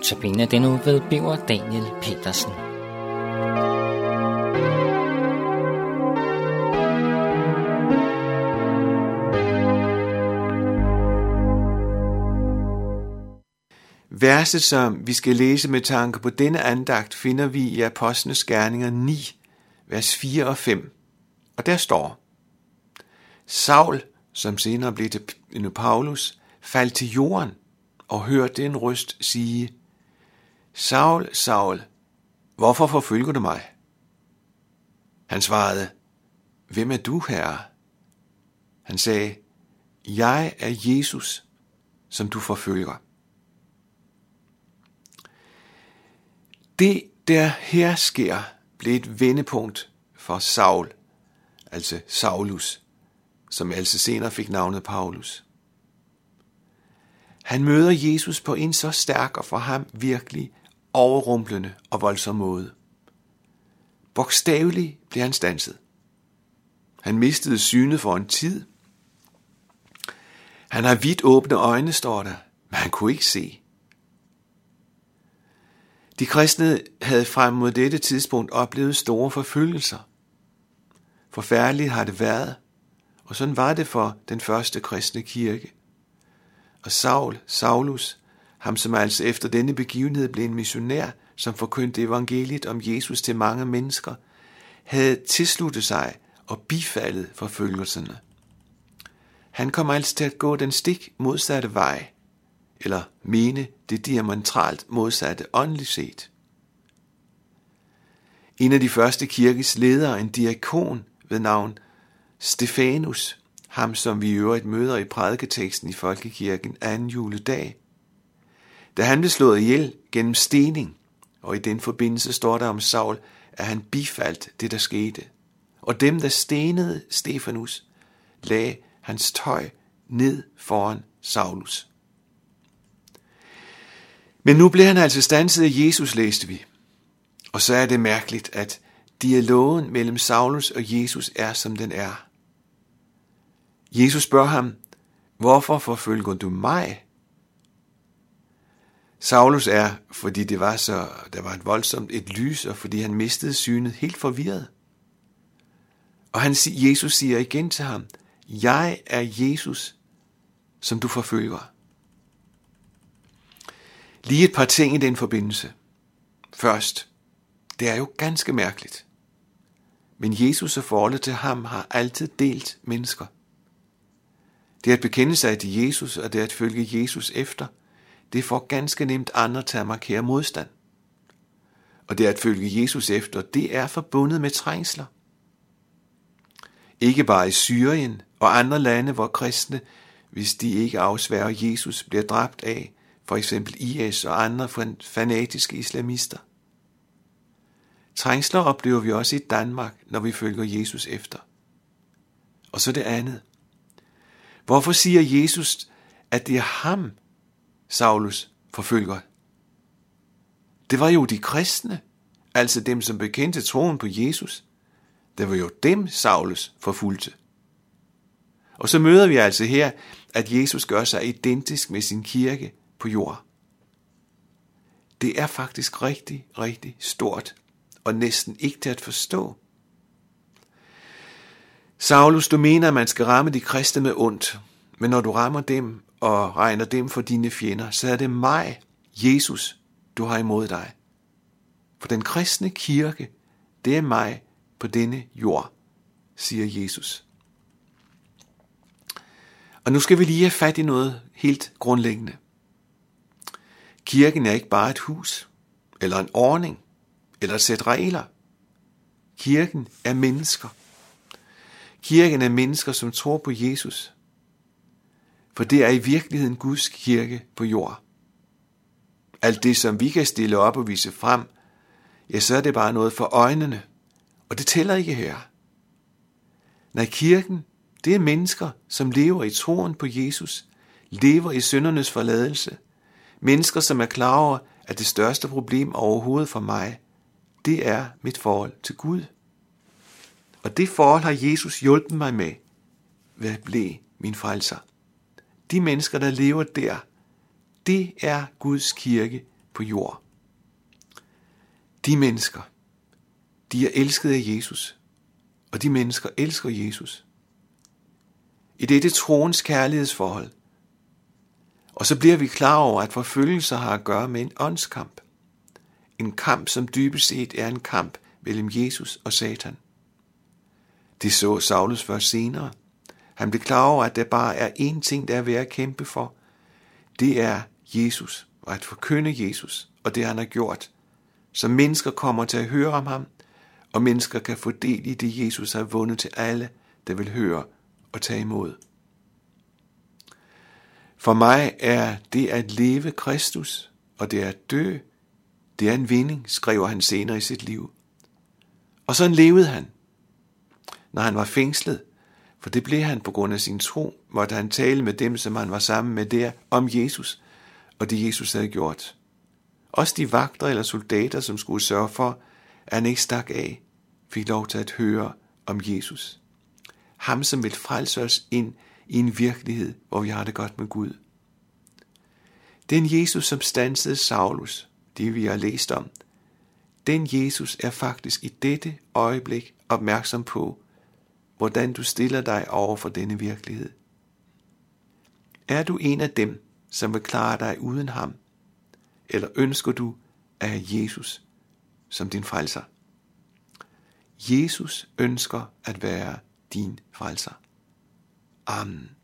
Notabene den uge ved Birger Daniel Petersen. Verset, som vi skal læse med tanke på denne andagt, finder vi i Apostlenes Gerninger 9, vers 4 og 5. Og der står: Saul, som senere blev til Paulus, faldt til jorden og hørte en røst sige: Saul, Saul, hvorfor forfølger du mig? Han svarede: Hvem er du, Herre? Han sagde: Jeg er Jesus, som du forfølger. Det, der her sker, blev et vendepunkt for Saul, altså Saulus, som altså senere fik navnet Paulus. Han møder Jesus på en så stærk og for ham virkelig overrumplende og voldsom måde. Bogstaveligt blev han standset. Han mistede synet for en tid. Han har vidt åbne øjne, står der, men han kunne ikke se. De kristne havde frem mod dette tidspunkt oplevet store forfølgelser. Forfærdeligt har det været, og sådan var det for den første kristne kirke. Og Saulus, ham som altså efter denne begivenhed blev en missionær, som forkyndte evangeliet om Jesus til mange mennesker, havde tilsluttet sig og bifaldet forfølgelserne. Han kom altså til at gå den stik modsatte vej, eller mene det diametralt modsatte åndeligt set. En af de første kirkes ledere, en diakon ved navn Stefanus, ham som vi i øvrigt møder i prædiketeksten i Folkekirken anden juledag, da han blev slået ihjel gennem stening, og i den forbindelse står der om Saul, at han bifaldt det, der skete. Og dem, der stenede Stefanus, lagde hans tøj ned foran Saulus. Men nu blev han altså standset af Jesus, læste vi. Og så er det mærkeligt, at dialogen mellem Saulus og Jesus er, som den er. Jesus spørger ham: Hvorfor forfølger du mig? Saulus er, fordi der var et voldsomt et lys, og fordi han mistede synet, helt forvirret. Og Jesus siger igen til ham: Jeg er Jesus, som du forfølger. Lige et par ting i den forbindelse. Først, det er jo ganske mærkeligt, men Jesus og forholdet til ham har altid delt mennesker. Det at bekende sig til Jesus og det at følge Jesus efter, det får ganske nemt andre til at markere modstand. Og det at følge Jesus efter, det er forbundet med trængsler. Ikke bare i Syrien og andre lande, hvor kristne, hvis de ikke afsværger Jesus, bliver dræbt af for eksempel IS og andre fanatiske islamister. Trængsler oplever vi også i Danmark, når vi følger Jesus efter. Og så det andet. Hvorfor siger Jesus, at det er ham, Saulus forfølger? Det var jo de kristne, altså dem, som bekendte troen på Jesus. Det var jo dem, Saulus forfulgte. Og så møder vi altså her, at Jesus gør sig identisk med sin kirke på jord. Det er faktisk rigtig, rigtig stort, og næsten ikke til at forstå. Saulus, du mener, at man skal ramme de kristne med ondt, men når du rammer dem og regner dem for dine fjender, så er det mig, Jesus, du har imod dig. For den kristne kirke, det er mig på denne jord, siger Jesus. Og nu skal vi lige have fat i noget helt grundlæggende. Kirken er ikke bare et hus, eller en ordning, eller et sæt regler. Kirken er mennesker. Kirken er mennesker, som tror på Jesus. For det er i virkeligheden Guds kirke på jord. Alt det, som vi kan stille op og vise frem, ja, så er det bare noget for øjnene, og det tæller ikke her. Nej, kirken, det er mennesker, som lever i troen på Jesus, lever i syndernes forladelse. Mennesker, som er klar over, at det største problem overhovedet for mig, det er mit forhold til Gud. Og det forhold har Jesus hjulpet mig med, ved at blive min frelser. De mennesker, der lever der, det er Guds kirke på jord. De mennesker, de er elsket af Jesus, og de mennesker elsker Jesus. I dette troens kærlighedsforhold. Og så bliver vi klar over, at forfølgelser har at gøre med en åndskamp. En kamp, som dybest set er en kamp mellem Jesus og Satan. Det så Saulus først senere. Han blev klar over, at der bare er én ting, der er værd at kæmpe for. Det er Jesus, og at forkynde Jesus, og det han har gjort. Så mennesker kommer til at høre om ham, og mennesker kan få del i det, Jesus har vundet til alle, der vil høre og tage imod. For mig er det at leve Kristus, og det at dø, det er en vinding, skriver han senere i sit liv. Og sådan levede han, når han var fængslet, for det blev han på grund af sin tro, måtte han tale med dem, som han var sammen med der, om Jesus, og det Jesus havde gjort. Også de vagter eller soldater, som skulle sørge for, at han ikke stak af, fik lov til at høre om Jesus. Ham, som vil frelse os ind i en virkelighed, hvor vi har det godt med Gud. Den Jesus, som standsede Saulus, det vi har læst om, den Jesus er faktisk i dette øjeblik opmærksom på, hvordan du stiller dig over for denne virkelighed. Er du en af dem, som vil klare dig uden ham, eller ønsker du at have Jesus som din frelser? Jesus ønsker at være din frelser. Amen.